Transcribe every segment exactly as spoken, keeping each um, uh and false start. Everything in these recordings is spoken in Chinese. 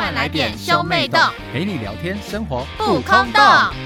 快来点兄妹洞， 陪你聊天，生活不空洞。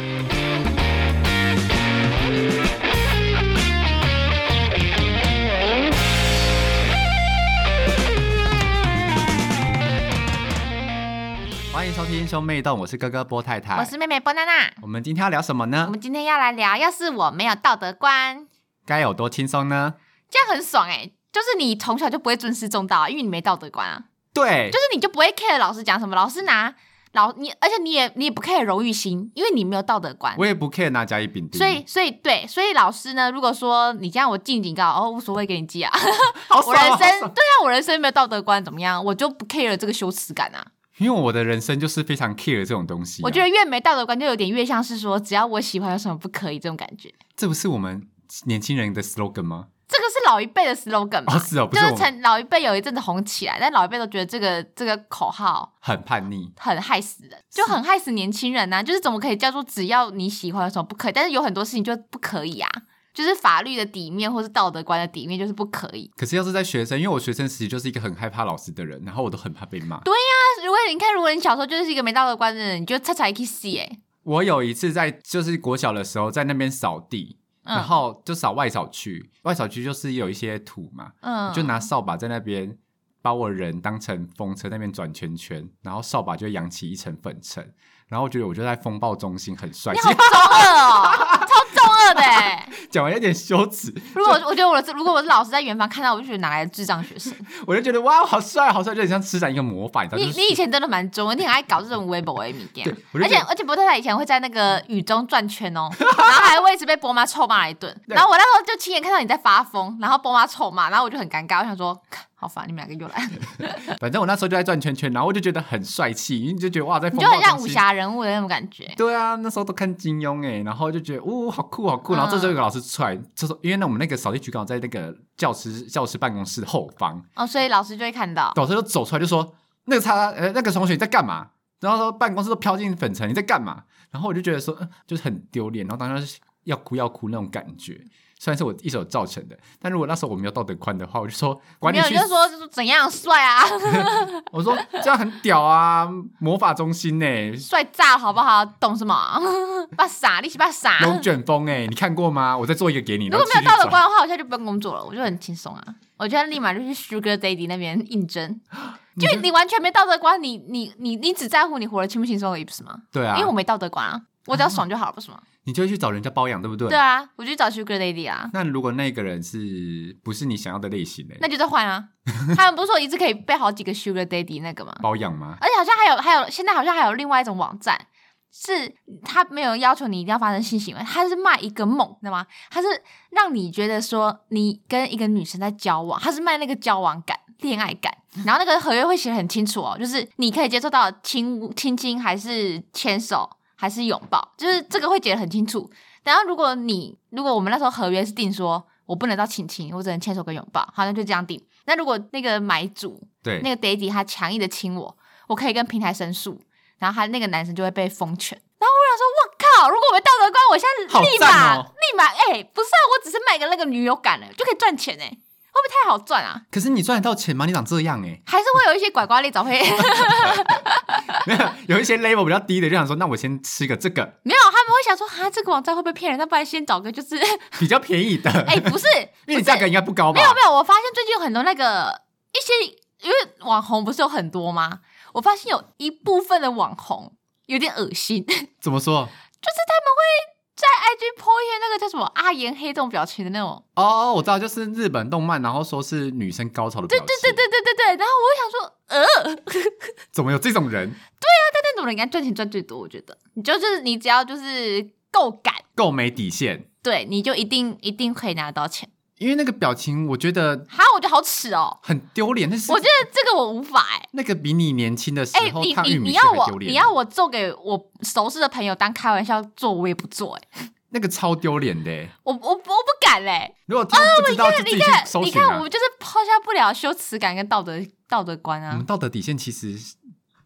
欢迎收听兄妹洞，我是哥哥波太太， 我是妹妹波娜娜。 我们今天要聊什么呢？ 我们今天要来聊，要是我没有道德观， 该有多轻松呢？ 这样很爽欸，就是你从小就不会尊师重道啊，因为你没道德观啊。 对， 就是你就不会 care 老师讲什么，老师拿老你，而且你也你也不 care 荣誉心，因为你没有道德观。 我也不 care 拿甲乙丙丁。 所以所以对，所以老师呢，如果说你这样我记警告，哦，无所谓，给你记啊。 好爽我人生好爽对啊，我人生没有道德观怎么样，我就不 care 这个羞耻感啊。 因为我的人生就是非常 care 这种东西、啊。 我觉得越没道德观，就有点越像是说，只要我喜欢，有什么不可以这种感觉。 这不是我们年轻人的 slogan 吗？ 这个是老一辈的 slogan 嘛？ 哦，是哦，不就是我们是老一辈有一阵子红起来，但老一辈都觉得这个这个口号很叛逆， 很害死人，就很害死年轻人啊！就是怎么可以叫做只要你喜欢有什么不可以？但是有很多事情就不可以啊，就是法律的底面或是道德观的底面就是不可以。 可是要是在学生，因为我学生时期就是一个很害怕老师的人，然后我都很怕被骂。 对呀、啊，如果你看，如果你小时候就是一个没道德观的人，你就擦擦一 kiss 哎。 我有一次在就是国小的时候，在那边扫地。 嗯、 然后就扫外扫区，外扫区就是有一些土嘛，嗯，就拿扫把在那边把我人当成风车那边转圈圈，然后扫把就扬起一层粉尘，然后我觉得我就在风暴中心很帅气。 你好中二哦，超中二的哎！ 讲完有点羞耻。 如果我觉得我的如果我是老师在远方看到，我就觉得哪来的智障学生？ 我就觉得哇，好帅，好帅，就很像施展一个魔法，你知道？ 你、 就是、 你以前真的蛮中，你很爱搞这种微博微米店， 而且而且波太太以前会在那个雨中转圈哦，然后还会一直被波妈臭骂一顿。然后我那时候就亲眼看到你在发疯，然后波妈臭骂，然后我就很尴尬，我想说。好烦，你们两个又来了。 反正我那时候就在转圈圈，然后我就觉得很帅气，你就觉得哇，在风暴你就很像武侠人物的那种感觉。 对啊，那时候都看金庸哎，然后就觉得哦，好酷好酷。然后这时候有个老师出来，就说因为那我们那个扫地区刚好在那个教师教师办公室后方哦，所以老师就会看到。 老师就走出来就说：“那个他呃那个同学你在干嘛？”然后说办公室都飘进粉尘，你在干嘛？然后我就觉得说，呃、就是很丢脸，然后当时要哭要哭那种感觉。虽然是我一手造成的，但如果那时候我没有道德观的话，我就说管你去， 没有，就说怎样帅啊！ 我说这样很屌啊，魔法中心呢、欸， 帅炸好不好？懂什么？把傻，你是把傻。 龙卷风哎、欸，你看过吗？我再做一个给你。 如果没有道德观的话，我现在就不用工作了，我就很轻松啊！我现在立马就去 Sugar Daddy 那边应征。就你完全没道德观，你你你你只在乎你活得轻不轻松而已，不是吗？ 对啊， 因为我没道德观啊，我只要爽就好了，不是吗？ 你就会去找人家包养，对不对？ 对啊，我就去找 Sugar Daddy 啊。 那如果那个人是不是你想要的类型呢？ 那就再换啊。他们不是说一次可以背好几个 Sugar Daddy 那个吗？ 包养吗？ 而且好像还有还有，现在好像还有另外一种网站，是他没有要求你一定要发生性行为，他是卖一个梦，知道吗？他是让你觉得说你跟一个女生在交往，他是卖那个交往感、恋爱感。然后那个合约会写得很清楚哦，就是你可以接受到亲亲亲还是牵手。还是拥抱，就是这个会解得很清楚。然后如果你如果我们那时候合约是定说我不能到亲亲，我只能牵手跟拥抱，好像就这样定。那如果那个买主对那个 daddy 他强硬的亲我，我可以跟平台申诉，然后他那个男生就会被封权。然后我想说，我靠！如果我没道德观，我现在立马、哦、立马哎、欸，不是啊，我只是卖个那个女友感了，就可以赚钱哎、欸。会不会太好赚啊？ 可是你赚得到钱吗？你长这样哎、欸， 还是会有一些拐瓜裂枣会没有有一些 level 比较低的，就想说，那我先吃个这个。 没有，他们会想说，哈，这个网站会不会骗人？那不然先找个就是比较便宜的。 哎、欸，不是， 因为你价格应该不高吧？ 没有没有，我发现最近有很多那个一些，因为网红不是有很多吗？我发现有一部分的网红有点恶心。 怎么说？ 就是他们会。在 I G po 一些那个叫什么阿颜黑这种表情的那种哦，我知道，就是日本动漫，然后说是女生高潮的表情。 对对对对对对对。然后我就想说，呃， 怎么有这种人？ 对啊，但那种人应该赚钱赚最多，我觉得。你就是你只要就是够敢， 够没底线， 对，你就一定一定可以拿得到钱。 因为那个表情，我觉得哈，我觉得好耻哦， 很丢脸。但是我觉得这个我无法哎、欸。 那个比你年轻的时候， 哎、欸， 烫玉米你要我你要我做给我熟识的朋友当开玩笑做，我也不做哎、欸。 那个超丢脸的、欸， 我我我不敢嘞、欸。 如果听不知道就自己去搜寻啊。 你看，我们就是抛下不了羞耻感跟道德道德观啊。 我们道德底线其实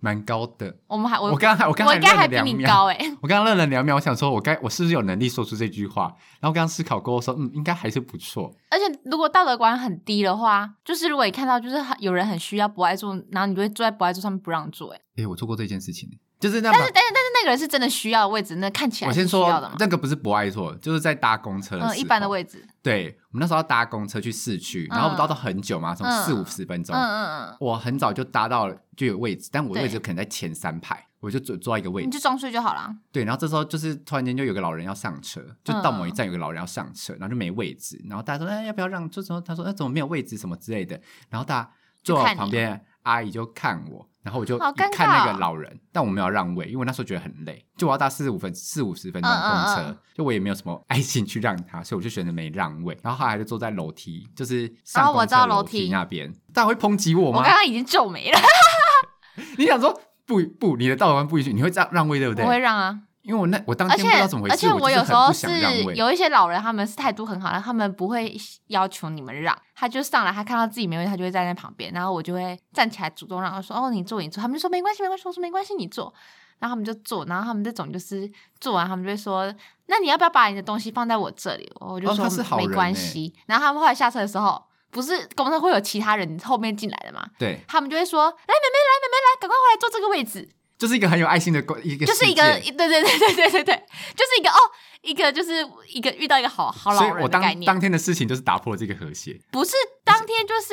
蛮高的。 我们还我我刚刚我刚我应该还比愣了两秒你高哎、欸。 我刚刚愣了两秒，我想说我该我是不是有能力说出这句话？然后刚刚思考过后说，嗯，应该还是不错。 而且如果道德观很低的话，就是如果你看到就是有人很需要不爱坐，然后你就会坐在不爱坐上面不让坐、欸。哎， 哎，我做过这件事情，就是那但是但是但是那个人是真的需要的位置，那看起来我先说是需要的嘛。 那个不是不爱坐，就是在搭公车的时候， 嗯，一般的位置。 对，我们那时候要搭公车去市区，然后我搭到很久嘛，从四五十分钟。嗯嗯嗯。我很早就搭到了就有位置，但我的位置可能在前三排，我就坐坐到一个位置， 你就装睡就好了。对， 然后这时候就是突然间就有个老人要上车，就到某一站有个老人要上车，然后就没位置，然后大家说哎要不要让？这时候他说哎怎么没有位置什么之类的，然后大家坐我旁边阿姨就看我。然后我就看那个老人，哦、但我没有让位，因为我那时候觉得很累，就我要搭四十五分四五十分钟的公车，嗯嗯嗯就我也没有什么爱心去让他，所以我就选择没让位。然后他还就坐在楼梯，就是上公车楼梯那边。大家会抨击我吗？ 我刚刚已经皱眉了。 你想说不不，你的道德观不允许，你会这样让位对不对？ 我会让啊。 因为我那我当天不知道怎么回事， 而且我有时候是有一些老人，他们是态度很好的，他们不会要求你们让，他就上来，他看到自己没位，他就会站在旁边，然后我就会站起来主动让他说哦你坐你坐，他们就说没关系没关系，我说没关系你坐，然后他们就坐，然后他们这种就是做完，他们就会说那你要不要把你的东西放在我这里？我就说、哦欸、没关系。然后他们后来下车的时候，不是公车会有其他人后面进来的嘛？ 对， 他们就会说来妹妹来妹妹来，赶快回来坐这个位置。 就是一个很有爱心的一个， 就是一个对对对对对对对，就是一个哦，一个就是一个遇到一个好好老人的概念。所以我当当天的事情就是打破了这个和谐。 不是当天就是，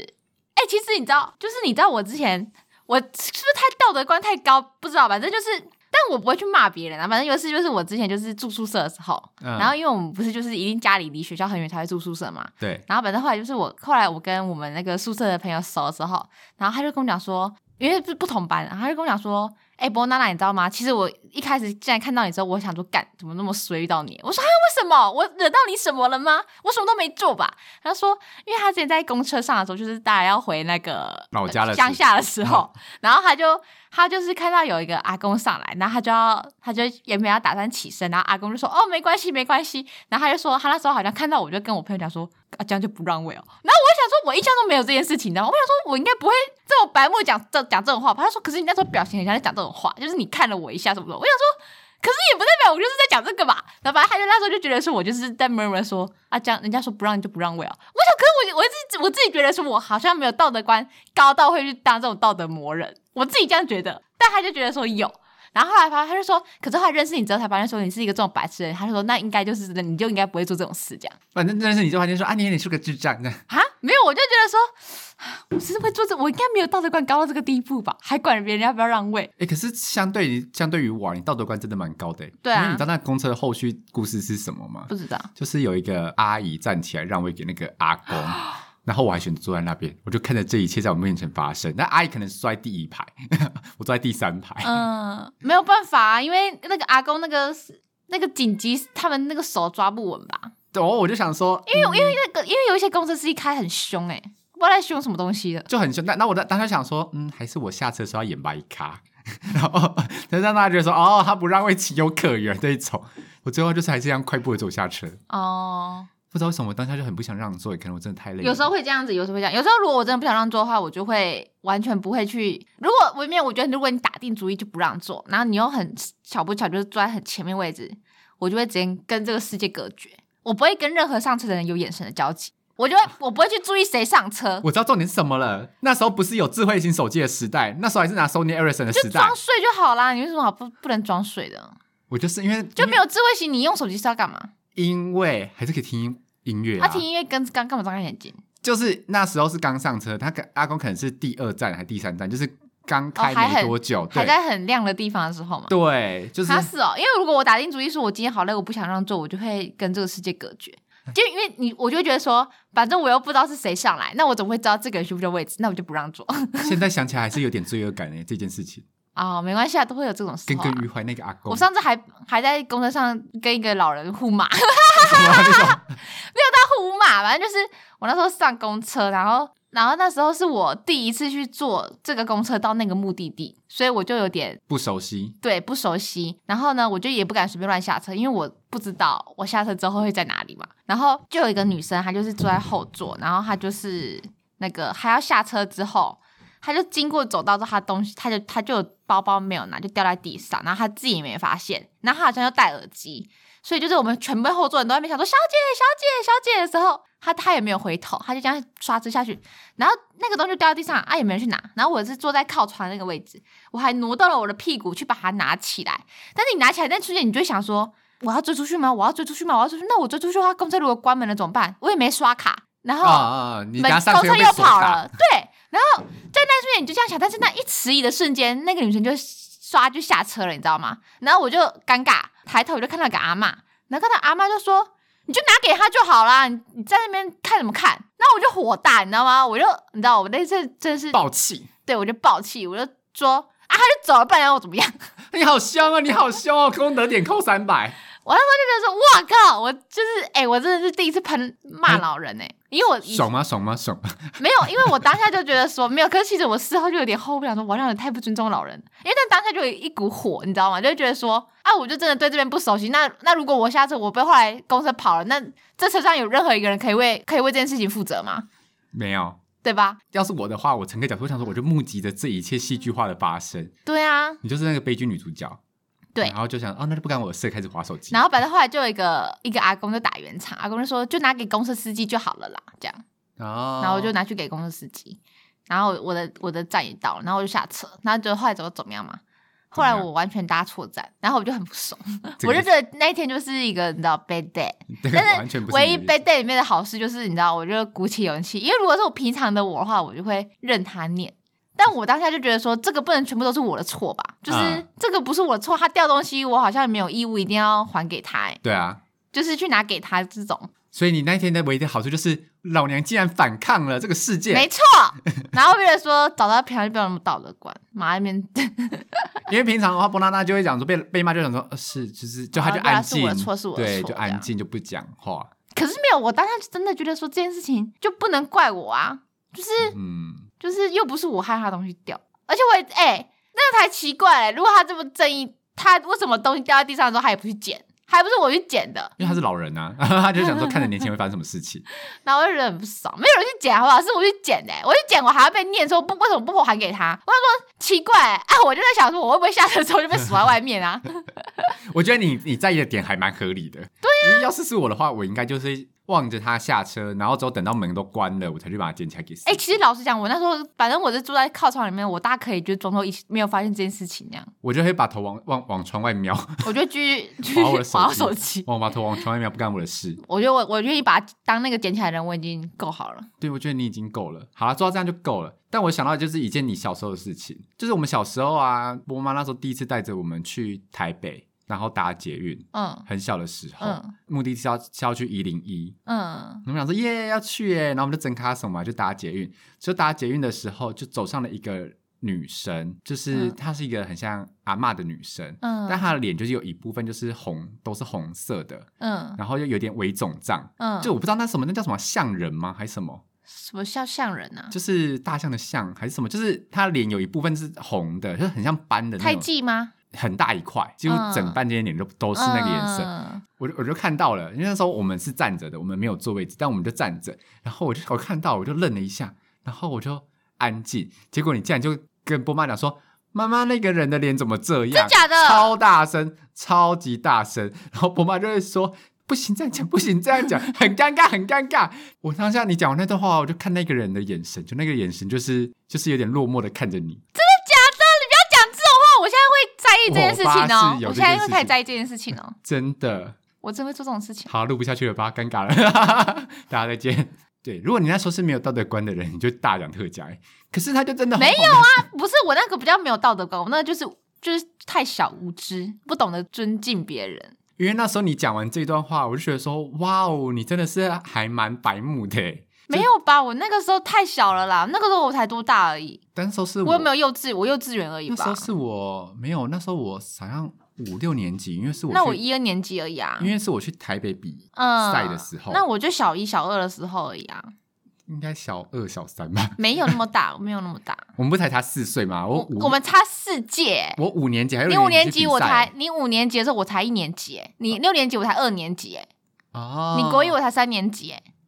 哎、欸，其实你知道，就是你知道我之前我是不是太道德观太高，不知道，反正就是，但我不会去骂别人啊。反正有一次就是我之前就是住宿舍的时候，嗯、然后因为我们不是就是一定家里离学校很远才会住宿舍嘛， 对。 然后反正后来就是我后来我跟我们那个宿舍的朋友熟的时候，然后他就跟我讲说。因为是不同班，然后他就跟我讲说：“哎、欸，波娜娜，你知道吗？其实我一开始竟然看到你之后，我想说，干怎么那么衰遇到你？我说：哎，为什么？我惹到你什么了吗？我什么都没做吧？”他说：“因为他之前在公车上的时候，就是大家要回那个老家的乡下的时候，嗯、然后他就他就是看到有一个阿公上来，然后他就要他就原本要打算起身，然后阿公就说：哦，没关系，没关系。然后他就说他那时候好像看到我就跟我朋友讲说。”啊，这样就不让位哦。然后我想说，我印象中没有这件事情的。我想说，我应该不会这么白目讲这讲这种话吧？他说，可是你那时候表情很像在讲这种话，就是你看了我一下什么的。我想说，可是也不代表我就是在讲这个吧。然后反正他就那时候就觉得说我就是在 murmur 说啊，这样人家说不让你就不让位哦。我想，可是我我自己我自己觉得说我好像没有道德观高到会去当这种道德魔人，我自己这样觉得。但他就觉得说有。然后后来他他就说，可是后来认识你之后才发现说你是一个这种白痴人，他就说那应该就是你就应该不会做这种事这样。 反正认识你就发现说啊你你是个智障这样啊没有，我就觉得说我是会做这，我应该没有道德观高到这个地步吧，还管别人要不要让位。 哎、欸，可是相对于相对于我，你道德观真的蛮高的。 对啊， 因为你知道那公车的后续故事是什么吗？ 不知道， 就是有一个阿姨站起来让位给那个阿公。然后我还选择坐在那边，我就看着这一切在我面前发生。那阿姨可能是坐在第一排，我坐在第三排。 嗯，没有办法啊，因为那个阿公那个那个紧急，他们那个手抓不稳吧？ 对，我就想说， 因为、嗯、因为那个因为有一些公车司机开很凶哎、欸，不知道在凶什么东西的， 就很凶。那那我当时想说，嗯，还是我下车的时候要演白咖，然后才让大家觉得说，哦，他不让位情有可原这一种。我最后就是还是这样快步的走下车。哦。不知道为什么我当下就很不想让座，可能我真的太累了。 有时候会这样子，有时候会这样。有时候如果我真的不想让座的话，我就会完全不会去。如果我因为我觉得，如果你打定主意就不让座，然后你又很巧不巧就是坐在很前面位置，我就会直接跟这个世界隔绝。我不会跟任何上车的人有眼神的交集。我就会我不会去注意谁上车。 我知道重点是什么了。那时候不是有智慧型手机的时代，那时候还是拿 Sony Ericsson 的时代。 就装睡就好啦，你为什么不不能装睡的？ 我就是因为就没有智慧型，你用手机是要干嘛？ 因为还是可以听音乐、啊。 他听音乐跟刚干嘛张开眼睛？ 就是那时候是刚上车，他阿公可能是第二站还第三站，就是刚开没多久， 哦、还, 还在很亮的地方的时候嘛。 对，就是他是哦，因为如果我打定主意说我今天好累，我不想让座，我就会跟这个世界隔绝。就因为你，我就会觉得说，反正我又不知道是谁上来，那我怎么会知道这个人需不需要位置？那我就不让座。现在想起来还是有点罪恶感诶，这件事情。 哦，没关系啊，都会有这种事、啊。 耿耿于怀那个阿公， 我上次还还在公车上跟一个老人互骂，没有到互骂，反正就是我那时候上公车，然后然后那时候是我第一次去坐这个公车到那个目的地，所以我就有点不熟悉， 对，不熟悉。然后呢，我就也不敢随便乱下车，因为我不知道我下车之后会在哪里嘛。然后就有一个女生，她就是坐在后座，然后她就是那个还要下车之后。 他就经过走道之后，他东西他就他就有包包没有拿，就掉在地上，然后他自己也没发现，然后他好像又戴耳机，所以就是我们全部后座人都在那边想说小姐小姐小姐的时候，他他也没有回头，他就这样刷直下去，然后那个东西就掉在地上啊，也没人去拿，然后我是坐在靠窗那个位置，我还挪到了我的屁股去把它拿起来，但是你拿起来那瞬间，你就会想说我要追出去吗？我要追出去吗？我要追出去？那我追出去的话，公车如果关门了怎么办？我也没刷卡。然后， 啊啊！你拿上公车又跑了， 对。然后在那瞬间你就这样想，但是那一迟疑的瞬间，那个女生就刷就下车了，你知道吗？然后我就尴尬，抬头我就看到一个阿嬷，然后看到阿嬷就说：“你就拿给他就好啦，你你在那边看什么看？”那我就火大，你知道吗？我就你知道我那次真的是爆气， 对我就爆气，我就说啊，他就走了，不然要我怎么样？ 你好凶啊！你好凶哦！功德点扣三百。 我那时候就觉得说，哇靠！我就是哎、欸，我真的是第一次喷骂老人哎、欸，因为我爽吗？爽吗？爽吗？ 没有，因为我当下就觉得说没有，可是其实我事后就有点后悔，想说我让人太不尊重老人，因为但当下就有一股火，你知道吗？就会觉得说啊，我就真的对这边不熟悉，那那如果我下次我被后来公车跑了，那这车上有任何一个人可以为可以为这件事情负责吗？ 没有， 对吧？ 要是我的话，我乘客角度想说，我就目击着这一切戏剧化的发生。 对啊， 你就是那个悲剧女主角。 对， 然后就想哦，那就不干我的事，开始滑手机。 然后反正后来就有一个一个阿公就打圆场，阿公就说就拿给公车司机就好了啦，这样。 哦。 然后我就拿去给公车司机，然后我的我的站也到了，然后我就下车，然后就后来怎么怎么样嘛？后来我完全搭错站，然后我就很不爽，我就觉得那一天就是一个你知道 bad day， 但是唯一 bad day 里面的好事就是你知道，我就鼓起勇气，因为如果是我平常的我的话，我就会任他念。但我当下就觉得说，这个不能全部都是我的错吧？就是、嗯、这个不是我的错，他掉东西，我好像没有义务一定要还给他、欸。 对啊， 就是去拿给他这种。 所以你那天的唯一的好处就是老娘竟然反抗了这个世界， 没错。然后为了说找到平常就不要那么道德观，马那边。 因为平常的话，波娜娜就会讲说被被骂就想说、呃、是就是就他就安静， 是我的错是我的错， 对，就安静就不讲话。 可是没有，我当下真的觉得说这件事情就不能怪我啊，就是嗯，就是又不是我害他东西掉，而且我也哎、欸、那个才奇怪、欸，如果他这么正义，他为什么东西掉在地上的时候他也不去捡？还不是我去捡的， 因为他是老人啊，他就想说看着年轻人会发生什么事情。 然后我就觉得很不爽，没有人去捡好不好？是我去捡的、欸，我去捡我还要被念说不为什么不还给他？我想说奇怪、欸，啊，我就在想说我会不会下车之后就被锁在外面啊？ 我觉得你你在意的点还蛮合理的，对啊。因为要是是我的话，我应该就是望着他下车，然后之后等到门都关了，我才去把他捡起来给死。 哎、欸，其实老实讲，我那时候反正我是住在靠窗里面，我大家可以就装作一没有发现这件事情那样。 我就会把头往往往窗外瞄， 我就继续划我的手机， 我把头往窗外瞄，不干我的事。 我觉得我我愿意把它当那个捡起来的人，我已经够好了。 对，我觉得你已经够了。好了，做到这样就够了。但我想到的就是一件你小时候的事情，就是我们小时候啊，波妈那时候第一次带着我们去台北。然后搭捷运，嗯，很小的时候，嗯，目的是要是要去一零一，嗯，我们想说耶要去耶，然后我们就整卡什么就搭捷运，就搭捷运的时候就走上了一个女生，就是她是一个很像阿嬷的女生，嗯，但她的脸就是有一部分就是红，都是红色的，嗯，然后又有点微肿胀，嗯，就我不知道那什么，那叫什么象人吗？还是什么？ 什么叫象人啊？ 就是大象的象还是什么？就是她脸有一部分是红的，就是很像斑的那种。胎记吗？很大一块，几乎整半边脸都都是那个颜色，嗯、我就我就看到了，因为那时候我们是站着的，我们没有坐位置，但我们就站着，然后我就我看到我就愣了一下，然后我就安静，结果你竟然就跟波妈讲说，妈妈那个人的脸怎么这样？ 真假的？ 超大声，超级大声，然后波妈就会说。不行这样讲，不行这样讲，很尴尬，很尴尬。我当下你讲完那段话，我就看那个人的眼神，就那个眼神就是就是有点落寞的看着你。 真的假的？你不要讲这种话，我现在会在意这件事情哦。我现在会开始在意这件事情哦。 真的， 我真会做这种事情。 好，录不下去了吧？尴尬了，大家再见。对，如果你那时候是没有道德观的人，你就大讲特讲。可是他就真的没有啊，不是我那个比较没有道德观，我那个就是就是太小无知，不懂得尊敬别人。 因为那时候你讲完这段话，我就觉得说，哇哦，你真的是还蛮白目的。 没有吧？我那个时候太小了啦，那个时候我才多大而已。 但那时候是我， 我有没有幼稚？我幼稚园而已吧。 那时候是我没有，那时候我好像五六年级，因为是我那我一二年级而已啊。 因为是我去台北比赛的时候、 嗯，那我就小一小二的时候而已啊。 应该小二小三吧， 没有那么大，没有那么大。 我们不才差四岁吗？我我们差四届。 我五年级还有你五年级我才，你五年级的时候我才一年级，你六年级我才二年级，哎，哦，你国一我才三年级，哎，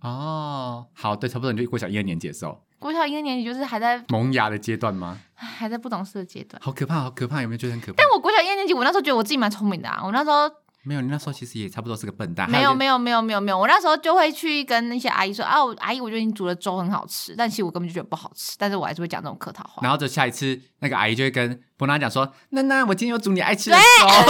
哦，好，对，差不多你就国小一二年级的时候， 国小一二年级就是还在萌芽的阶段吗？ 还在不懂事的阶段。 好可怕，好可怕，有没有觉得很可怕？ 但我国小一二年级，我那时候觉得我自己蛮聪明的啊，我那时候。 没有，你那时候其实也差不多是个笨蛋。 没有没有没有没有没有，我那时候就会去跟那些阿姨说啊，我阿姨我觉得你煮的粥很好吃，但其实我根本就觉得不好吃，但是我还是会讲这种客套话。 然后就下一次那个阿姨就会跟伯娜讲说，娜娜，我今天有煮你爱吃的粥。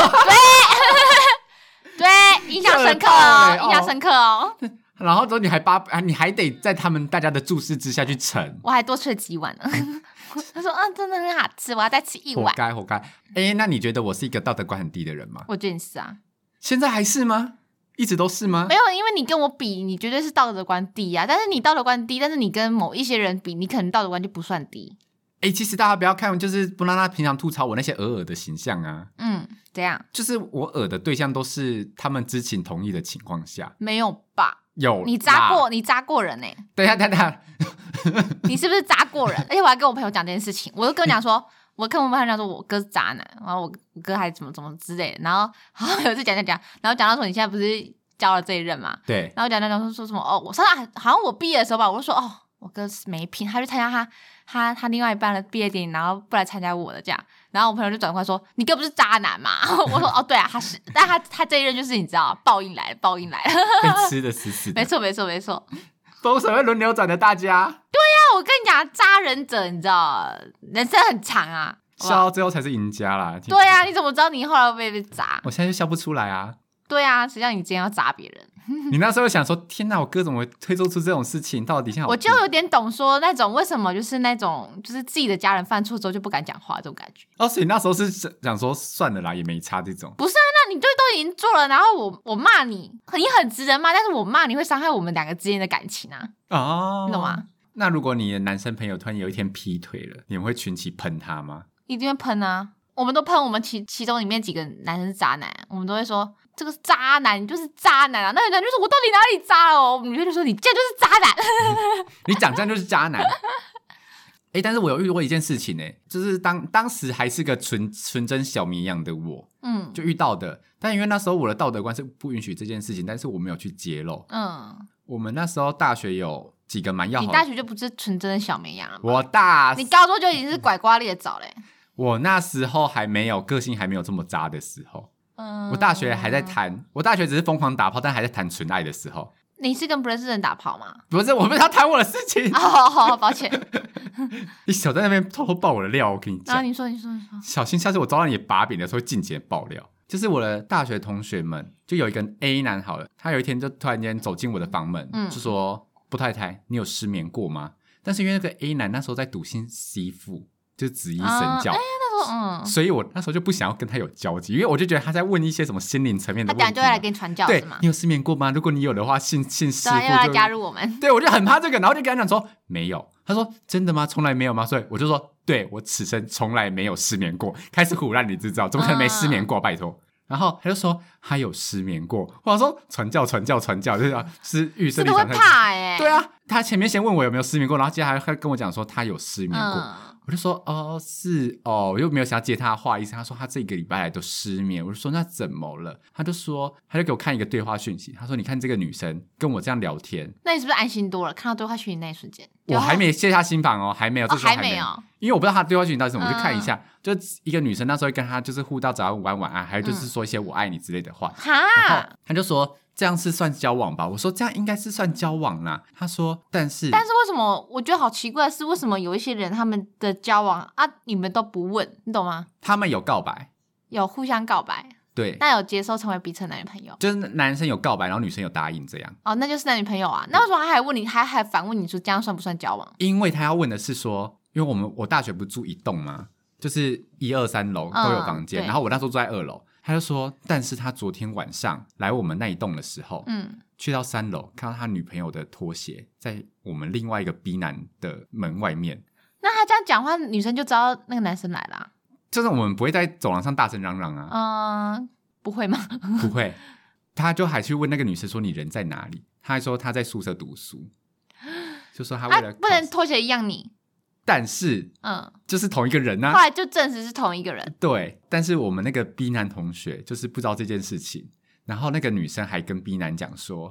对对，印象深刻哦，印象深刻哦。 然后之后你还把你还得在他们大家的注视之下去盛， 我还多吃了几碗呢。他说嗯，真的很好吃，我要再吃一碗。 活该活该。哎，那你觉得我是一个道德观很低的人吗？ 我觉得你是啊。 现在还是吗？一直都是吗？ 没有，因为你跟我比，你绝对是道德观低啊。但是你道德观低，但是你跟某一些人比，你可能道德观就不算低。 哎，其实大家不要看，就是不让他平常吐槽我那些恶恶的形象啊。 嗯，怎样？ 就是我恶的对象都是他们知情同意的情况下。 没有吧？ 有， 你扎过，你扎过人呢、欸？ 等一下，等一下， 你是不是扎过人？而且我还跟我朋友讲这件事情，我就跟我讲说。我跟我朋友讲说，我哥是渣男，然后我哥还怎么怎么之类的，然后然后有一次讲讲讲，然后讲到说你现在不是交了这一任嘛？对。然后讲讲讲说说什么哦，我上次好像我毕业的时候吧，我就说哦，我哥是没品，他去参加他他他另外一半的毕业典礼，然后不来参加我的这样，然后我朋友就转过来说你哥不是渣男嘛？我说哦对啊，他是，但他他这一任就是你知道报应来了，报应来了， 被吃的死死的。 没错没错没错。 风水会轮流转的，大家。 对呀、啊，我跟你讲，渣人者你知道，人生很长啊。 笑到最后才是赢家啦。 对啊，你怎么知道你后来会被砸？ 我现在就笑不出来啊。 对啊，谁叫你今天要砸别人？ 你那时候想说，天哪，我哥怎么会推做出这种事情？到底现在我就有点懂说那种为什么就是那种就是自己的家人犯错之后就不敢讲话这种感觉。 哦，所以那时候是想说算了啦，也没差这种。 不是啊，那你就都已经做了，然后我我骂你，你很值得骂，但是我骂你会伤害我们两个之间的感情啊。哦，你懂吗？ 那如果你的男生朋友突然有一天劈腿了，你们会群起喷他吗？ 一定会喷啊！我们都喷我们其其中里面几个男生是渣男，我们都会说这个是渣男，你就是渣男啊！那个人就说我到底哪里渣了？我们女生就说你这样就是渣男， 你长这样就是渣男。哎，但是我有遇过一件事情呢，就是当当时还是个纯纯真小绵羊的我，嗯，就遇到的。但因为那时候我的道德观是不允许这件事情，但是我没有去揭露。嗯，我们那时候大学有几个蛮要好的， 你大学就不是纯真的小绵羊了吧？ 我大， 你高中就已经是拐瓜裂枣嘞。 我那时候还没有个性，还没有这么渣的时候。嗯，我大学还在谈，我大学只是疯狂打炮，但还在谈纯爱的时候。 你是跟不认识人打炮吗？ 不是，我们要谈我的事情。 哦，好好，抱歉。 你少在那边偷偷爆我的料，我跟你讲。 啊，你说，你说，你说。 小心，下次我抓到你的把柄的时候，会尽情爆料。就是我的大学同学们，就有一个 A 男好了，他有一天就突然间走进我的房门，嗯、就说：“布太太，你有失眠过吗？”但是因为那个 A 男那时候在笃信媳妇。就是紫衣神教，哎、欸，那时候，嗯，所以我那时候就不想要跟他有交集，因为我就觉得他在问一些什么心灵层面的问题。他等下就会来给你传教， 对是吗？ 你有失眠过吗？如果你有的话，信信师父就要来加入我们。 对，我就很怕这个，然后就跟他讲说没有。他说真的吗？从来没有吗？所以我就说，对，我此生从来没有失眠过。开始唬烂你知道，怎么可能没失眠过？嗯、拜托。然后他就说他有失眠过，我说传教传教传教，就是是预设立场。 真的会怕哎、欸。 对啊，他前面先问我有没有失眠过，然后接下来还跟我讲说他有失眠过。嗯，我就说哦是哦，我又没有想要接他的话意思。他说他这个礼拜来都失眠，我就说那怎么了？他就说他就给我看一个对话讯息，他说你看这个女生跟我这样聊天， 那你是不是安心多了？看到对话讯息那一瞬间， 我还没卸下心防哦，还没有，这时候还没有，哦、 因为我不知道他的对话讯息到底是什么，嗯、我就看一下，就一个女生那时候跟他就是互道早安、午安、晚安，还有就是说一些我爱你之类的话，嗯、然后他就说。这样是算交往吧？我说这样应该是算交往啦。他说，但是但是为什么？我觉得好奇怪的是，为什么有一些人他们的交往啊，你们都不问，你懂吗？ 他们有告白， 有互相告白， 对， 那有接受成为彼此男女朋友， 就是男生有告白，然后女生有答应这样。 哦，那就是男女朋友啊。那为什么他还问你，还还反问你说这样算不算交往？ 因为他要问的是说，因为我们我大学不是住一栋吗？就是一二三楼都有房间，嗯、然后我那时候住在二楼。他就说，但是他昨天晚上来我们那一栋的时候，嗯，去到三楼看到他女朋友的拖鞋在我们另外一个 B 男的门外面。 那他这样讲话，女生就知道那个男生来了、啊。 就是我们不会在走廊上大声嚷嚷啊。 嗯，不会吗？ 不会。他就还去问那个女生说你人在哪里？他还说他在宿舍读书，就说他为了、啊、 不能拖鞋一样你。 但是，嗯，就是同一个人啊。 后来就证实是同一个人。 对，但是我们那个 B 男同学就是不知道这件事情，然后那个女生还跟 B 男讲说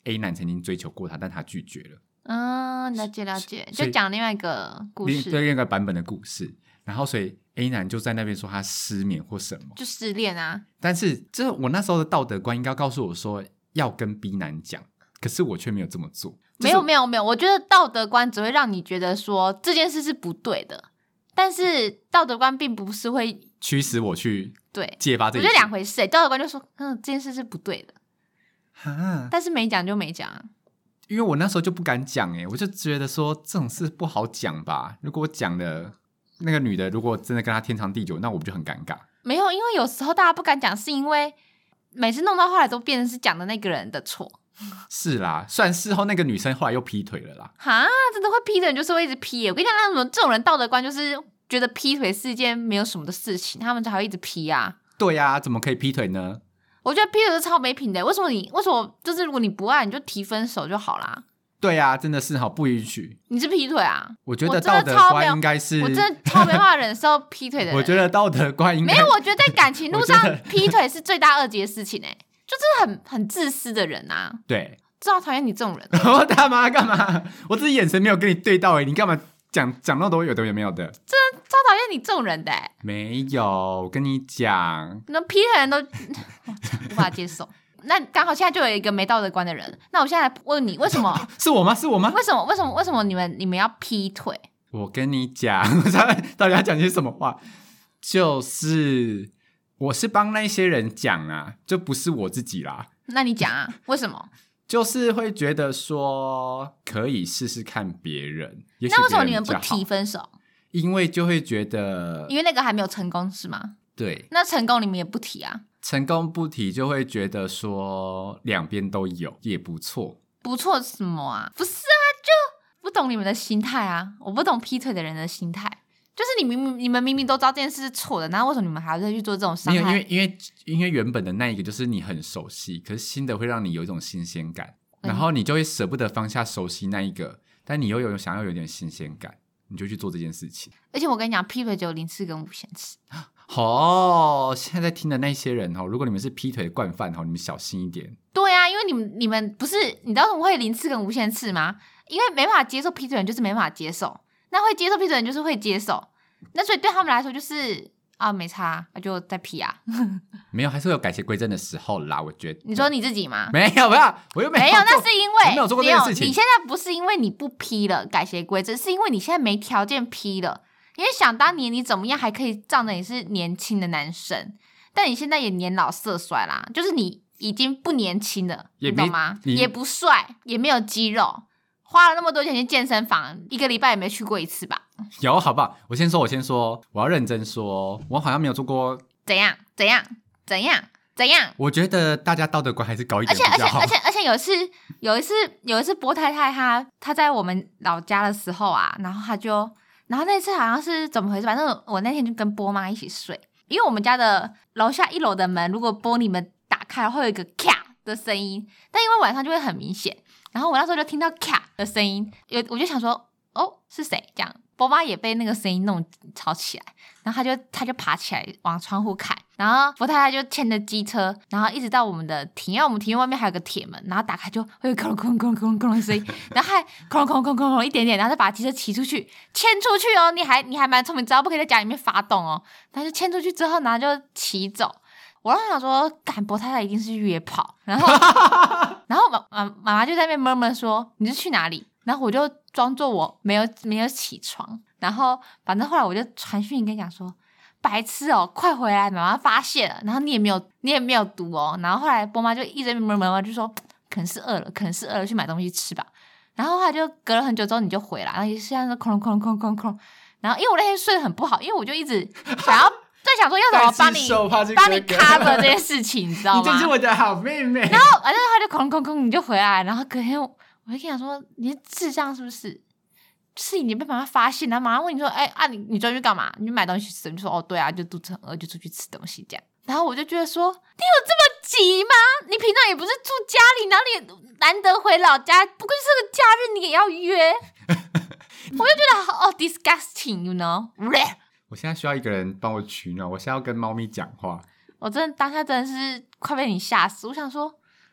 A 男曾经追求过她，但她拒绝了。 嗯，了解了解，就讲另外一个故事， 对另外一个版本的故事。然后所以 A 男就在那边说他失眠或什么， 就失恋啊。 但是这我那时候的道德观应该告诉我说要跟 B 男讲，可是我却没有这么做。 没有没有没有，我觉得道德观只会让你觉得说这件事是不对的，但是道德观并不是会驱使我去对揭发这件事。 我觉得两回事、欸、道德观就说嗯这件事是不对的， 哈， 但是没讲就没讲。 因为我那时候就不敢讲哎、欸，我就觉得说这种事不好讲吧。如果我讲了，那个女的如果真的跟他天长地久，那我不就很尴尬？没有，因为有时候大家不敢讲，是因为每次弄到后来都变成是讲的那个人的错。 是啦，虽然事后那个女生后来又劈腿了啦。 哈，真的会劈的人就是会一直劈耶。我跟你讲，那种这种人道德观就是觉得劈腿是一件没有什么的事情，他们才会一直劈啊。 对啊，怎么可以劈腿呢？ 我觉得劈腿是超没品的。为什么你为什么就是如果你不爱你就提分手就好啦？ 对啊，真的是好不允许。 你是劈腿啊？ 我觉得道德观应该是， 我真的超没办法忍受劈腿的人。 我觉得道德观应该没有，我觉得在感情路上劈腿是罪大恶极的事情哎、欸，就是很很自私的人啊。 对， 超讨厌你这种人。 我他妈干嘛？我自己眼神没有跟你对到哎、欸，你干嘛讲讲那么多有的也没有的？ 真的超讨厌你这种人的、欸。 没有，我跟你讲， 那劈腿人都无法接受。那刚好现在就有一个没道德观的人，那我现在来问你，为什么？ 是我吗？是我吗？ 为什么？为什么？为什么你们你们要劈腿？ 我跟你讲，到底要讲些什么话？就是我是帮那些人讲啊，就不是我自己啦。 那你讲啊，为什么？ 就是会觉得说可以试试看别人。也许那为什么你们不别人比较好提分手？ 因为就会觉得， 因为那个还没有成功是吗？ 对， 那成功你们也不提啊？ 成功不提就会觉得说两边都有也不错。 不错什么啊？不是啊，就不懂你们的心态啊！我不懂劈腿的人的心态，就是你明明你们明明都知道这件事是错的，然后为什么你们还要再去做这种伤害？ 因为因为因为原本的那一个就是你很熟悉，可是新的会让你有一种新鲜感，然后你就会舍不得放下熟悉那一个，但你又有想要有点新鲜感，你就去做这件事情。 而且我跟你讲，劈腿只有零次跟无限次。 哦，现在在听的那些人哦，如果你们是劈腿的惯犯哦，你们小心一点。 对啊，因为你们你们不是你知道怎么会零次跟无限次吗？因为没办法接受劈腿人就是没办法接受，那会接受劈腿人就是会接受，那所以对他们来说就是啊没差，那就再劈啊。 没有，还是会有改邪归正的时候啦。我觉得你说你自己吗？ 没有，不要，我又没有没有，那是因为我没有做过这件事情。 你现在不是因为你不劈了改邪归正，是因为你现在没条件劈了。因为想当年你怎么样还可以仗着你是年轻的男生，但你现在也年老色衰啦，就是你已经不年轻了，你懂吗？也不帅，也没有肌肉，花了那么多钱去健身房，一个礼拜也没去过一次吧？ 有好不好？我先说，我先说，我要认真说，我好像没有做过怎样怎样怎样怎样。 我觉得大家道德观还是高一点而且比较好。 而且而且而且有一次有一次有一次波太太她她在我们老家的时候啊，然后她就。然后那次好像是怎么回事？反正我那天就跟波妈一起睡，因为我们家的楼下一楼的门，如果玻璃门打开会有一个咔的声音，但因为晚上就会很明显。然后我那时候就听到咔的声音，有我就想说，哦，是谁？这样，波妈也被那个声音弄吵起来，然后他就他就爬起来往窗户看，然后波太太就牵着机车，然后一直到我们的庭院，我们庭院外面还有个铁门，然后打开就会有哐哐哐哐哐的声音，然后还哐哐哐哐哐一点点，然后再把机车骑出去，牵出去哦，你还你还蛮聪明，知道不可以在家里面发动哦，然后就牵出去之后，然后就骑走。我当时想说，干波太太一定是约炮，然后然后妈妈妈妈就在那边闷闷说，你是去哪里？然后我就装作我没有没有起床，然后反正后来我就传讯跟你讲说，白痴哦，快回来，妈妈发现了，然后你也没有你也没有读哦，然后后来波妈就一直闷闷，就说可能是饿了，可能是饿了，去买东西吃吧。然后后来就隔了很久之后你就回来，然后也是像空空空空空，然后因为我那天睡得很不好，因为我就一直想要在想说要怎么帮你帮你 cover 这件事情，你知道吗？ 你真是我的好妹妹。 然后反正他就空空空，你就回来，然后隔天。我就跟他说，你是智障是不是？就是你被妈妈发现，然后马上问你说，哎、欸、啊，你你昨天去干嘛？你去买东西吃？你就说哦，对啊，就肚子很饿，就出去吃东西这样。然后我就觉得说，你有这么急吗？你平常也不是住家里，然后你难得回老家，不过就是个假日，你也要约。我就觉得哦 ，disgusting，you know？ 我现在需要一个人帮我取暖，我现在要跟猫咪讲话。 我真的当下真的是快被你吓死，我想说。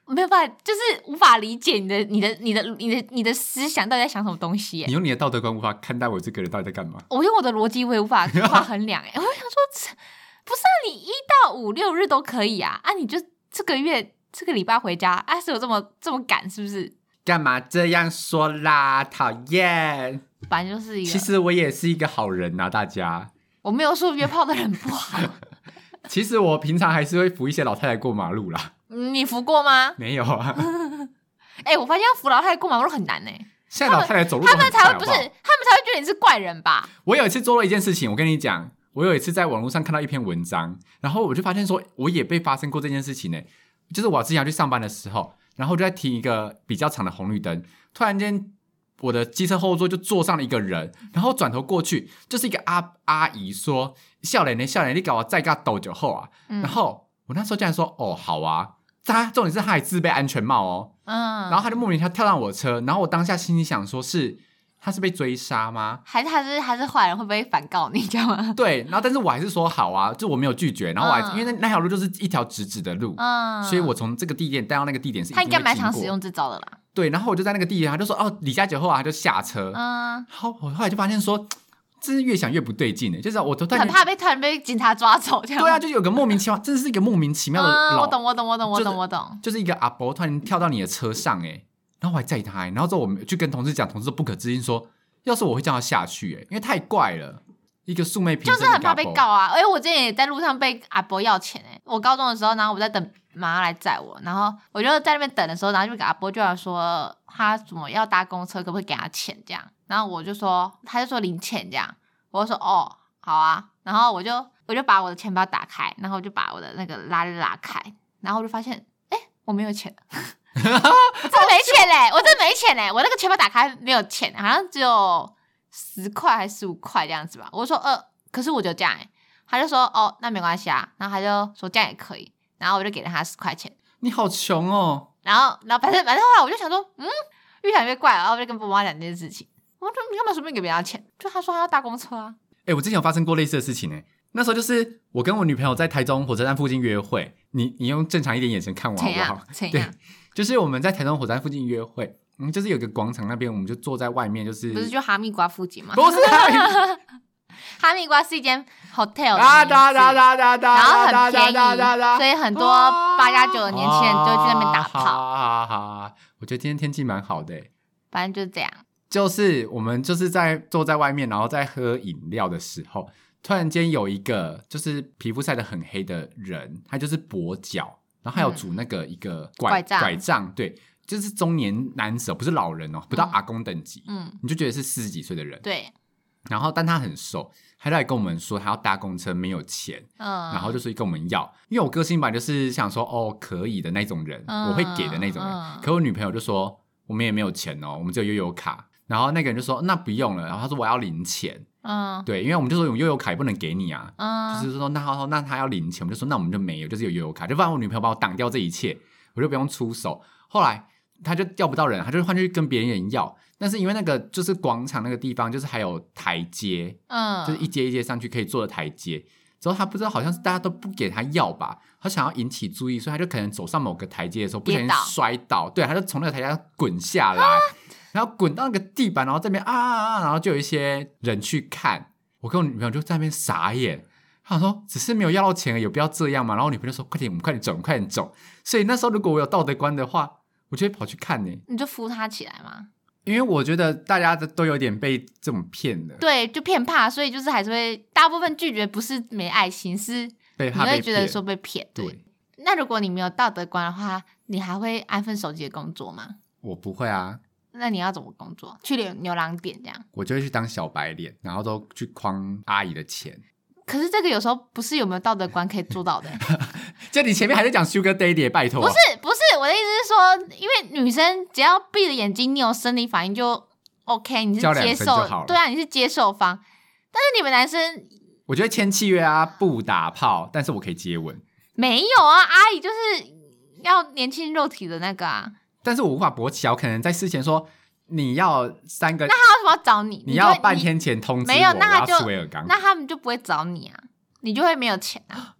没有办法，就是无法理解你的、你的、你的、你的、你的思想到底在想什么东西耶。 你用你的道德观无法看待我这个人到底在干嘛。 我用我的逻辑，我也无法无法衡量哎。我想说，不是啊，你一到五六日都可以啊，啊，你就这个月这个礼拜回家，啊，是有这么这么赶是不是？ 干嘛这样说啦？讨厌！ 反正就是一个， 其实我也是一个好人呐、啊，大家。 我没有说约炮的人不好。 其实我平常还是会扶一些老太太过马路啦。 你扶过吗？ 没有啊。 哎、欸，我发现要扶老太太过马路很难呢、欸。 现在老太太走路都很快， 他们才会不是， 好不好？ 他们才会觉得你是怪人吧？ 我有一次做了一件事情，我跟你讲，我有一次在网络上看到一篇文章，然后我就发现说，我也被发生过这件事情呢、欸。就是我之前要去上班的时候，然后就在停一个比较长的红绿灯，突然间我的机车后座就坐上了一个人，然后转头过去，就是一个阿阿姨说：“少年呢，少年，你搞我再给他抖酒后啊。嗯”然后我那时候竟然说：“哦，好啊。”他重点是他还自备安全帽哦，嗯，然后他就莫名其妙跳上我的车，然后我当下心里想说是他是被追杀吗？ 还是他是他是坏人，会不会反告你，知道吗？ 对，然后但是我还是说好啊，就我没有拒绝，然后我还、嗯、因为那那条路就是一条直直的路，嗯，所以我从这个地点带到那个地点是一定会经过。 他应该蛮常使用这招的啦。 对，然后我就在那个地点，他就说哦，李家酒后啊，他就下车，嗯，然后我后来就发现说。真是越想越不对劲，就是我都很怕被突然被警察抓走这样。 对啊，就有个莫名其妙，真的是一个莫名其妙的老、 嗯、我懂我懂我懂我懂我懂， 就是一个阿伯突然跳到你的车上哎，然后我还载他，然后之后我们去跟同事讲，同事都不可置信说，要是我会叫他下去哎，因为太怪了，一个素昧平生的就是很怕被告啊。而且我之前也在路上被阿伯要钱哎，我高中的时候，然后我在等妈来载我，然后我就在那边等的时候，然后就给阿伯就要说他怎么要搭公车，可不可以给他钱这样，然后我就说，他就说零钱这样。我就说哦好啊，然后我就我就把我的钱包打开，然后我就把我的那个拉链拉开，然后我就发现哎我没有钱，我真的没钱嘞，我真的没钱嘞，我那个钱包打开没有钱，好像只有十块还是十五块这样子吧。我说呃，可是我就这样哎，他就说哦那没关系啊，然后他就说这样也可以，然后我就给了他十块钱。 你好穷哦。 然后然后反正反正后来我就想说嗯越想越怪，然后我就跟爸妈讲这件事情。我说你干嘛随便给别人钱？就他说他要搭公车啊。 哎、欸，我之前有发生过类似的事情哎、欸。那时候就是我跟我女朋友在台中火车站附近约会，你你用正常一点眼神看我好不好？对，就是我们在台中火车站附近约会，嗯，就是有个广场那边，我们就坐在外面，就是不是就哈密瓜附近吗？ 不是哈密瓜是一间 hotel 的名字， 然后很便宜，所以很多八加九的年轻人都会去那边打炮。 好好好，我觉得今天天气蛮好的、欸， 反正就是这样。 就是我们就是在坐在外面，然后在喝饮料的时候，突然间有一个就是皮肤晒得很黑的人，他就是跛脚，然后还有拄那个一个拐、嗯、拐杖，拐杖，对，就是中年男子，不是老人哦，不到阿公等级，嗯，你就觉得是四十几岁的人， 对。 然后但他很瘦，他就来跟我们说他要搭公车没有钱，嗯，然后就说跟我们要，因为我个性本来就是想说哦可以的那种人，嗯、我会给的那种人，嗯、可我女朋友就说我们也没有钱哦，我们只有悠游卡。然后那个人就说那不用了，然后他说我要零钱，嗯，对，因为我们就说有悠游卡也不能给你啊，嗯，就是说那他那他要零钱，我们就说那我们就没有，就是有悠游卡，就不然我女朋友帮我挡掉这一切，我就不用出手。后来他就要不到人，他就换去跟别人要，但是因为那个就是广场那个地方就是还有台阶，嗯，就是一阶一阶上去可以坐的台阶，之后他不知道好像是大家都不给他要吧，他想要引起注意，所以他就可能走上某个台阶的时候不小心摔倒，对，他就从那个台阶上滚下来。啊然后滚到那个地板，然后这边啊啊啊，然后就有一些人去看，我跟我女朋友就在那边傻眼，他想说只是没有要到钱而已，有必要这样嘛？然后我女朋友就说快点，我们快点走，快点走。所以那时候如果我有道德观的话，我就会跑去看呢、欸。 你就扶他起来嘛？ 因为我觉得大家都有点被这种骗的， 对，就骗怕，所以就是还是会大部分拒绝，不是没爱心，是被怕被骗， 你会觉得说被骗。对。对，那如果你没有道德观的话，你还会安分守己的工作吗？ 我不会啊。 那你要怎么工作？去牛郎店这样？ 我就会去当小白脸，然后都去诓阿姨的钱。 可是这个有时候不是有没有道德观可以做到的。 就你前面还在讲 Sugar Daddy， 拜托、啊。 不是不是，我的意思是说，因为女生只要闭着眼睛，你有生理反应就 OK， 你是接受，对啊，你是接受方。但是你们男生， 我觉得签契约啊，不打炮，但是我可以接吻。 没有啊，阿姨就是要年轻肉体的那个啊。 但是我无法勃起，我可能在事前说你要三个， 那他为什么要找你？ 你要半天前通知我， 没有，那他就我要吃威尔刚， 那他们就不会找你啊，你就会没有钱啊。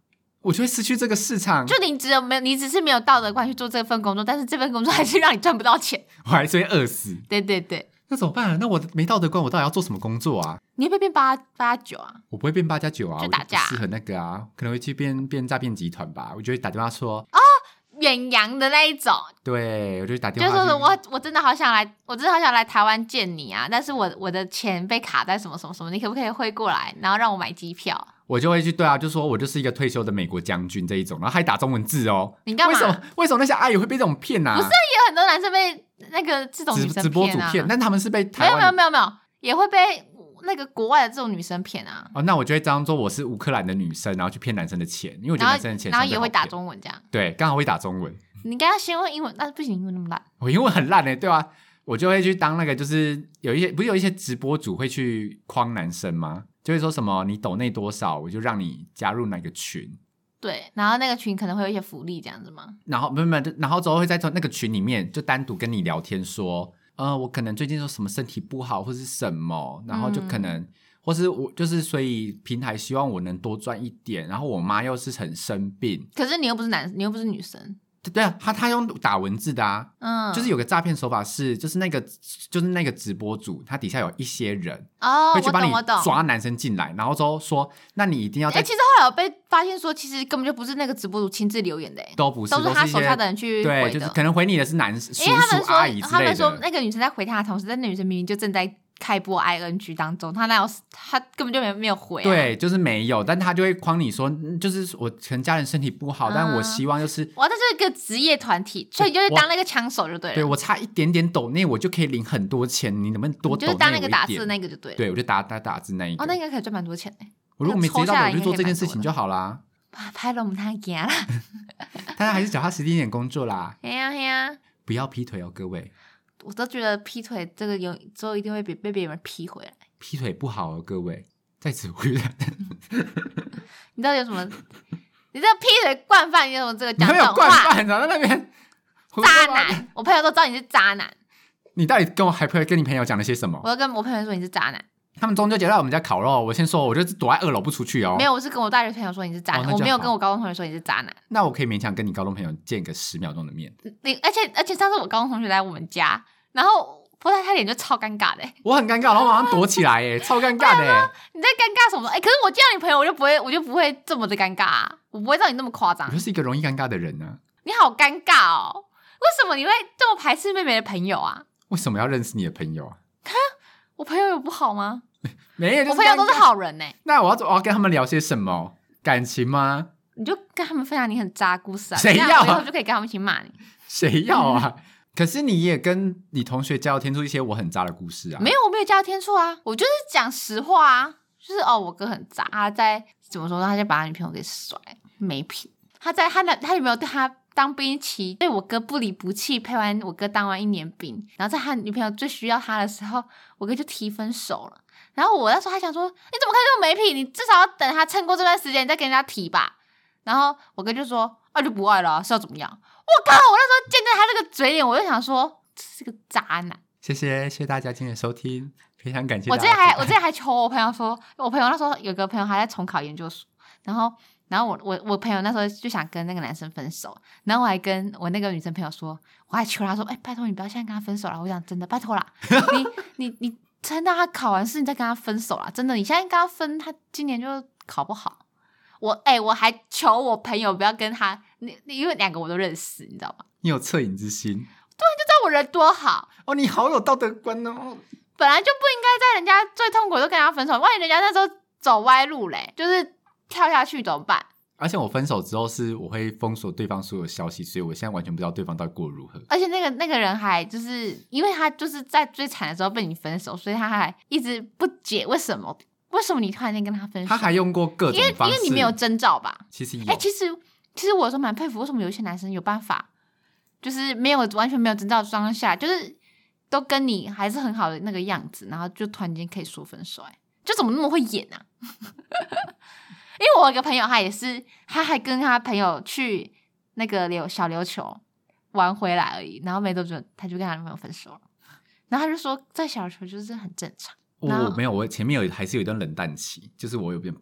我就会失去这个市场。 就你只有没有，你只是没有道德观去做这份工作，但是这份工作还是让你赚不到钱， 我还是会饿死。 对对对， 那怎么办、啊？那我没道德观，我到底要做什么工作啊？ 你会不会变八八九啊？ 我不会变八加九啊， 去打架、啊， 我就不适合那个啊，可能会去变变诈骗集团吧。我就会打电话说哦，远洋的那一种。 对，我就打电话就说我我真的好想来，我真的好想来台湾见你啊！但是我我的钱被卡在什么什么什么，你可不可以汇过来，然后让我买机票？ 我就会去对啊，就说我就是一个退休的美国将军这一种，然后还打中文字哦。 你干嘛？ 为什么为什么那些阿姨会被这种骗啊？ 不是，也有很多男生被那个这种女生骗啊， 直播主骗，但他们是被台湾没有没有没有没有，也会被那个国外的这种女生骗啊。 哦，那我就会当做我是乌克兰的女生，然后去骗男生的钱，因为我觉得男生的钱然后也会打中文这样。 对，刚好会打中文。 你应该要先问英文，但是不行，英文那么烂。 我英文很烂哎，对啊，我就会去当那个，就是有一些不是有一些直播主会去诓男生吗？就会说什么你抖内多少，我就让你加入哪个群。 对，然后那个群可能会有一些福利这样子吗？ 然后没有没有，然后之后会在那个群里面就单独跟你聊天说，呃，我可能最近说什么身体不好或是什么，然后就可能、嗯、或是我就是所以平台希望我能多赚一点，然后我妈又是很生病， 可是你又不是男，你又不是女生。 对啊，他他用打文字的啊， 嗯， 就是有个诈骗手法是，就是那个就是那个直播主，他底下有一些人哦， 会去帮你我懂抓男生进来，然后之后说，那你一定要在。 哎、欸，其实后来有被发现说，其实根本就不是那个直播主亲自留言的， 都不是， 都是他手下的人去回的， 对，就是可能回你的是男叔叔阿姨之类的。 他们说那个女生在回他的同时，但那女生明明就正在开播 I N G 当中，他那有他根本就没有没有回、啊， 对，就是没有，但他就会诓你说，就是我可能家人身体不好，嗯、但我希望就是哇，这是一个职业团体，所以就是当那个枪手就对了。 对，我差一点点抖内，我就可以领很多钱，你能不能多抖内我一点？ 就是当那个打字那个就对了。 对，我就打打打字那一个。 哦，那应该可以赚蛮多钱的。 我如果没接到，我就做这件事情就好啦。 拍了我们太惊了， 大家还是脚踏实地一点工作啦。 嘿呀嘿呀， 不要劈腿哦，各位。 我都觉得劈腿这个有之后一定会被被别人劈回来。 劈腿不好哦，各位，在此呼吁。 你到底有什么？你这劈腿惯犯，你有什么这个讲这种话？ 没有惯犯，在那边渣男。我朋友都知道你是渣男。 你到底跟我还会跟你朋友讲了些什么？ 我都跟我朋友说你是渣男。 他们中秋节来我们家烤肉，我先说，我就躲在二楼不出去哦。 没有，我是跟我大学朋友说你是渣男，哦、我没有跟我高中同学说你是渣男。 那我可以勉强跟你高中朋友见个十秒钟的面。 你而且而且上次我高中同学来我们家，然后。不过他脸就超尴尬的、欸， 我很尴尬，然后马上躲起来、欸，超尴尬的、欸。 你在尴尬什么？哎、欸，可是我见到你朋友，我就不会，我就不会这么的尴尬啊，我不会让你那么夸张。 我就是一个容易尴尬的人呢、啊。 你好尴尬哦，为什么你会这么排斥妹妹的朋友啊？ 为什么要认识你的朋友啊？ 我朋友有不好吗？ 没有， 我朋友都是好人呢、欸。 那我要我要跟他们聊些什么？感情吗？ 你就跟他们分享你很渣故事啊！ 谁要、啊？ 我以后就可以跟他们一起骂你。 谁要啊？可是你也跟你同学交天出一些我很渣的故事啊？ 没有，我没有交天出啊，我就是讲实话啊，就是哦，我哥很渣，他在怎么说呢？他就把他女朋友给甩，没品。他在他的他有没有对他当兵期对我哥不离不弃，陪完我哥当完一年兵，然后在他女朋友最需要他的时候，我哥就提分手了。然后我那时候还想说，你怎么可以这么没品？你至少要等他撑过这段时间，你再跟人家提吧。然后我哥就说，啊就不爱了、啊，是要怎么样？我靠！我那时候见到他这个嘴脸，我就想说，这是个渣男。 谢谢，谢谢大家今天的收听，非常感谢大家。 我之前还我之前还求我朋友说，我朋友那时候有个朋友还在重考研究所，然后然后我我我朋友那时候就想跟那个男生分手，然后我还跟我那个女生朋友说，我还求他说，哎、欸，拜托你不要现在跟他分手了。我想真的，拜托啦，你你你撑到他考完试，你再跟他分手啦，真的，你现在跟他分，他今年就考不好。我哎、欸，我还求我朋友不要跟他，你因为两个我都认识，你知道吗？ 你有恻隐之心，对，就知道我人多好哦，你好有道德观哦。 本来就不应该在人家最痛苦就跟人家分手，万一人家那时候走歪路嘞，就是跳下去怎么办？ 而且我分手之后是我会封锁对方所有消息，所以我现在完全不知道对方到底过得如何。 而且那个那个人还就是因为他就是在最惨的时候被你分手，所以他还一直不解为什么。为什么你突然间跟他分手？ 他还用过各种方式， 因为因为你没有征兆吧？ 其实有。 哎、欸，其实其实我有时候蛮佩服，为什么有一些男生有办法，就是没有完全没有征兆的状况下，就是都跟你还是很好的那个样子，然后就突然间可以说分手、欸，哎，就怎么那么会演啊？因为我有一个朋友，他也是，他还跟他朋友去那个琉小琉球玩回来而已，然后没多久他就跟他女朋友分手了，然后他就说在小琉球就是很正常。 我没有，我前面有还是有一段冷淡期，就是我有点不想跟他联络啊、uh ，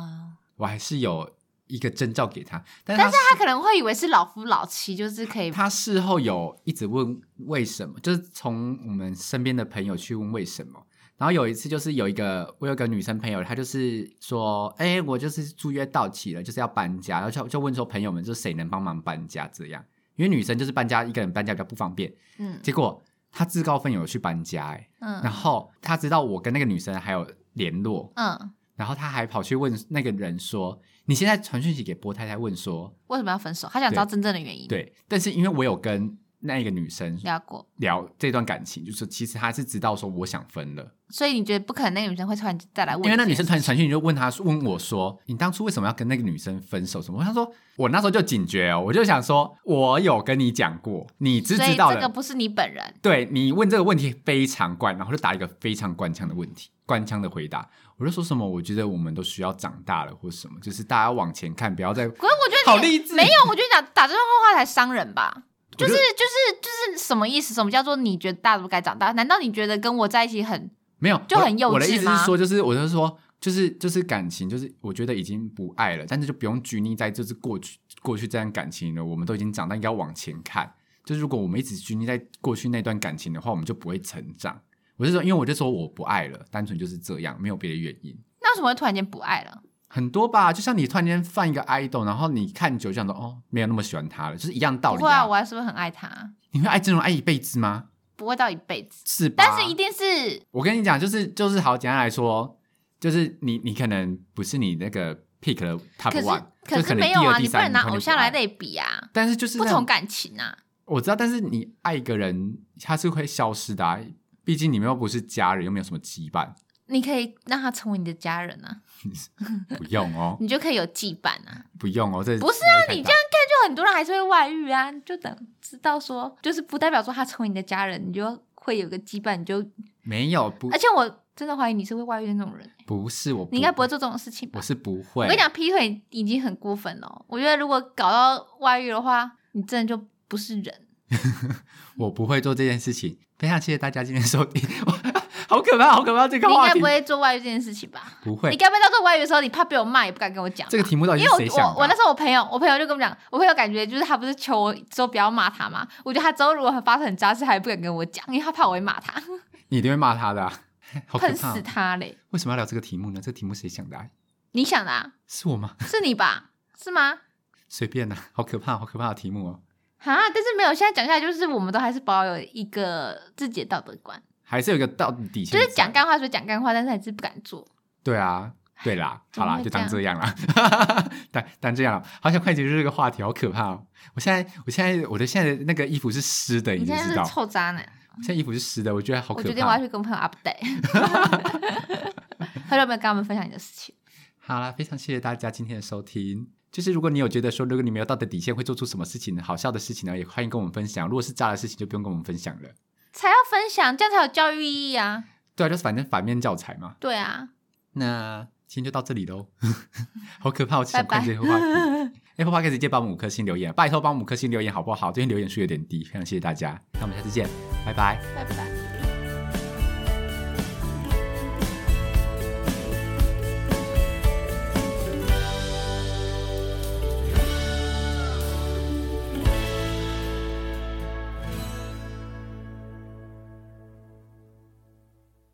我还是有一个征兆给他，但是他但是他可能会以为是老夫老妻，就是可以。 他事后有一直问为什么，就是从我们身边的朋友去问为什么。然后有一次就是有一个我有一个女生朋友，她就是说，哎、欸，我就是租约到期了，就是要搬家，然后就就问说朋友们，就是谁能帮忙搬家这样，因为女生就是搬家一个人搬家比较不方便。嗯，结果她自告奋勇去搬家、欸，嗯，然后她知道我跟那个女生还有联络，嗯，然后她还跑去问那个人说，你现在传讯息给波太太问说为什么要分手，她想知道真正的原因。 对，但是因为我有跟那个女生聊过聊这段感情，就是其实她是知道说我想分了， 所以你觉得不可能那个女生会突然再来问？ 因为那女生突然传讯就问她问我说，你当初为什么要跟那个女生分手什么？她说我那时候就警觉哦，我就想说我有跟你讲过，你知知道的， 所以这个不是你本人。 对，你问这个问题非常怪，然后就打一个非常官腔的问题，官腔的回答。我就说什么我觉得我们都需要长大了或什么，就是大家往前看，不要再。可是我觉得好励志， 没有，我觉得打打这段话才伤人吧。就是就是就是什么意思？什么叫做你觉得大家都该长大？难道你觉得跟我在一起很没有就很幼稚吗？ 我的意思是说，就是我就是说，就是就是感情，就是我觉得已经不爱了，但是就不用拘泥在就是过去过去这段感情了。我们都已经长大，应该要往前看。就是如果我们一直拘泥在过去那段感情的话，我们就不会成长。我是说，因为我就说我不爱了，单纯就是这样，没有别的原因。 那为什么会突然间不爱了？ 很多吧，就像你突然间犯一个 idol， 然后你看久就想说哦，没有那么喜欢他了，就是一样道理、啊。 不会啊，我还是不是很爱他？ 你会爱这种爱一辈子吗？ 不会到一辈子， 是吧？ 但是一定是我跟你讲，就是就是好，简单来说，就是你你可能不是你那个 pick 的 top one， 可是没有啊，你不能拿偶像来类比啊。 但是就是不同感情啊， 我知道，但是你爱一个人，他是会消失的、啊，毕竟你们又不是家人，又没有什么羁绊。 你可以让他成为你的家人啊， 不用哦， 你就可以有羁绊啊， 不用哦，这不是啊，你这样看就很多人还是会外遇啊，就等知道说，就是不代表说他成为你的家人，你就会有个羁绊，你就没有不， 而且我真的怀疑你是会外遇的那种人， 不是我不， 你应该不会做这种事情吧？ 我是不会， 我跟你讲，劈腿已经很过分了，我觉得如果搞到外遇的话，你真的就不是人。 我不会做这件事情，非常谢谢大家今天收听。好可怕，好可怕！这个话题你应该不会做外遇这件事情吧？ 不会。 你该不会到做外遇的时候，你怕被我骂，也不敢跟我讲？ 这个题目到底是谁想的？ 因为我我我那时候我朋友，我朋友就跟我讲，我朋友感觉就是他不是求我之后不要骂他嘛？我觉得他之后如果发生很渣事，还不敢跟我讲，因为他怕我会骂他。 你一定会骂他的、啊，好可怕！ 喷死他嘞！ 为什么要聊这个题目呢？这个题目谁想的、啊？ 你想的啊？ 是我吗？ 是你吧？是吗？ 随便啦、啊，好可怕，好可怕的题目哦！ 哈，但是没有，现在讲下来就是我们都还是保有一个自己的道德观。 还是有一个道德底线， 就是讲干话，说讲干话，但是还是不敢做。 对啊，对啦，好啦，就当这样啦，当当这样了。好想快结束这个话题，好可怕哦！我现在，我现在，我的现在的那个衣服是湿的， 你知道？ 现在是臭渣男。 现在衣服是湿的，我觉得好可怕。 我决定我要去跟朋友 update， 好久没有跟他们分享你的事情。 好啦，非常谢谢大家今天的收听。就是如果你有觉得说，如果你没有道德底线会做出什么事情好笑的事情呢，也欢迎跟我们分享。如果是渣的事情，就不用跟我们分享了。 才要分享，这样才有教育意义啊！ 对啊，就是反正反面教材嘛。 对啊， 那今天就到这里喽。好可怕，我只想看这个话题。Apple Podcast 直接帮我们五颗星留言，拜托帮我们五颗星留言好不好？最近留言数有点低，非常谢谢大家。那我们下次见，拜拜， 拜拜。